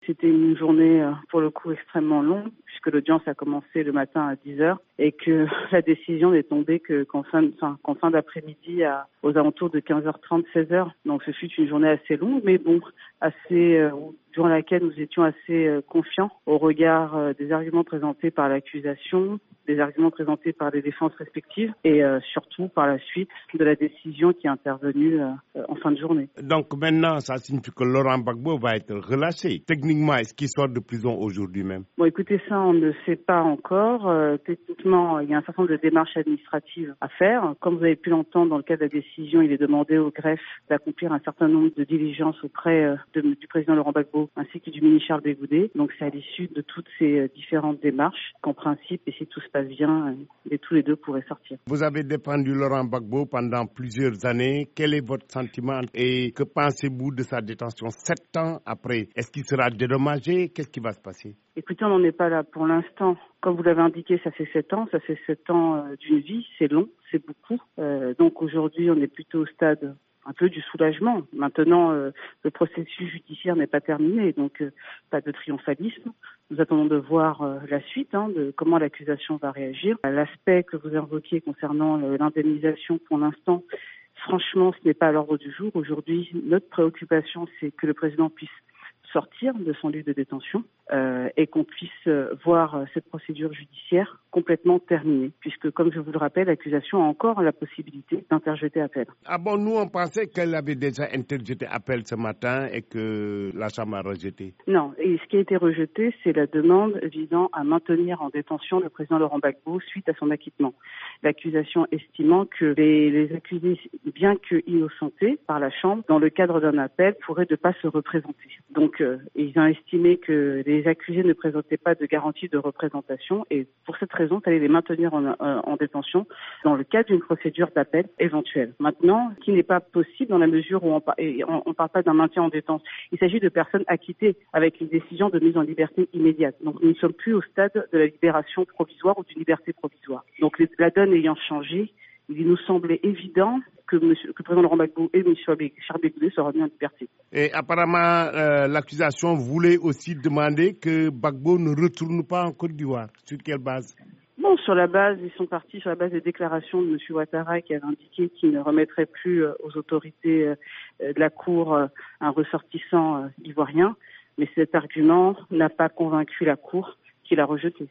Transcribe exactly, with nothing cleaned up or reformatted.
c'était une journée, euh, pour le coup, extrêmement longue, puisque l'audience a commencé le matin à dix heures et que la décision n'est tombée que, qu'en fin, enfin, qu'en fin d'après-midi à, aux alentours de quinze heures trente, seize heures. Donc ce fut une journée assez longue, mais bon, assez, euh, durant laquelle nous étions assez euh, confiants au regard euh, des arguments présentés par l'accusation, des arguments présentés par les défenses respectives et euh, surtout par la suite de la décision qui est intervenue euh, en fin de journée. Donc maintenant, ça signifie que Laurent Gbagbo va être relâché. Techniquement, est-ce qu'il sort de prison aujourd'hui même? Bon, écoutez, ça, on ne sait pas encore. Euh, techniquement, il y a un certain nombre de démarches administratives à faire. Comme vous avez pu l'entendre, dans le cadre de la décision, il est demandé au greffe d'accomplir un certain nombre de diligences auprès euh, de, du président Laurent Gbagbo ainsi que du ministre Charles Bégoudé. Donc, c'est à l'issue de toutes ces euh, différentes démarches qu'en principe, et si tout se passe bien, euh, et tous les deux pourraient sortir. Vous avez défendu Laurent Gbagbo pendant plusieurs années. Quel est votre sentiment et que pensez-vous de sa détention sept ans après? Est-ce qu'il sera dédommagé? Qu'est-ce qui va se passer? Écoutez, on n'en est pas là pour l'instant. Comme vous l'avez indiqué, ça fait sept ans. Ça fait sept ans euh, d'une vie. C'est long, c'est beaucoup. Euh, donc aujourd'hui, on est plutôt au stade un peu du soulagement. Maintenant, euh, le processus judiciaire n'est pas terminé, donc euh, pas de triomphalisme. Nous attendons de voir euh, la suite, hein, de comment l'accusation va réagir. L'aspect que vous invoquiez concernant euh, l'indemnisation, pour l'instant, franchement, ce n'est pas à l'ordre du jour. Aujourd'hui, notre préoccupation, c'est que le président puisse sortir de son lieu de détention euh, et qu'on puisse euh, voir euh, cette procédure judiciaire complètement terminée, puisque, comme je vous le rappelle, l'accusation a encore la possibilité d'interjeter appel. Ah bon, nous on pensait qu'elle avait déjà interjeté appel ce matin et que la Chambre a rejeté. Non, et ce qui a été rejeté, c'est la demande visant à maintenir en détention le président Laurent Gbagbo suite à son acquittement. L'accusation estimant que les, les accusés, bien que innocentés par la Chambre, dans le cadre d'un appel, pourraient ne pas se représenter. Donc, euh, ils ont estimé que les accusés ne présentaient pas de garantie de représentation et pour cette raison, il fallait les maintenir en, en, en détention dans le cadre d'une procédure d'appel éventuelle. Maintenant, ce qui n'est pas possible dans la mesure où on ne parle pas d'un maintien en détention. Il s'agit de personnes acquittées avec une décision de mise en liberté immédiate. Donc, nous ne sommes plus au stade de la libération provisoire ou d'une liberté provisoire. Donc, la donne ayant changé, il nous semblait évident que, monsieur, que le président Laurent Gbagbo et M. Charles Bégoudé soient remis en liberté. Et apparemment, euh, l'accusation voulait aussi demander que Gbagbo ne retourne pas en Côte d'Ivoire. Sur quelle base? Bon, sur la base, ils sont partis sur la base des déclarations de M. Ouattara qui avait indiqué qu'il ne remettrait plus euh, aux autorités euh, de la Cour euh, un ressortissant euh, ivoirien. Mais cet argument n'a pas convaincu la Cour qui l'a rejeté.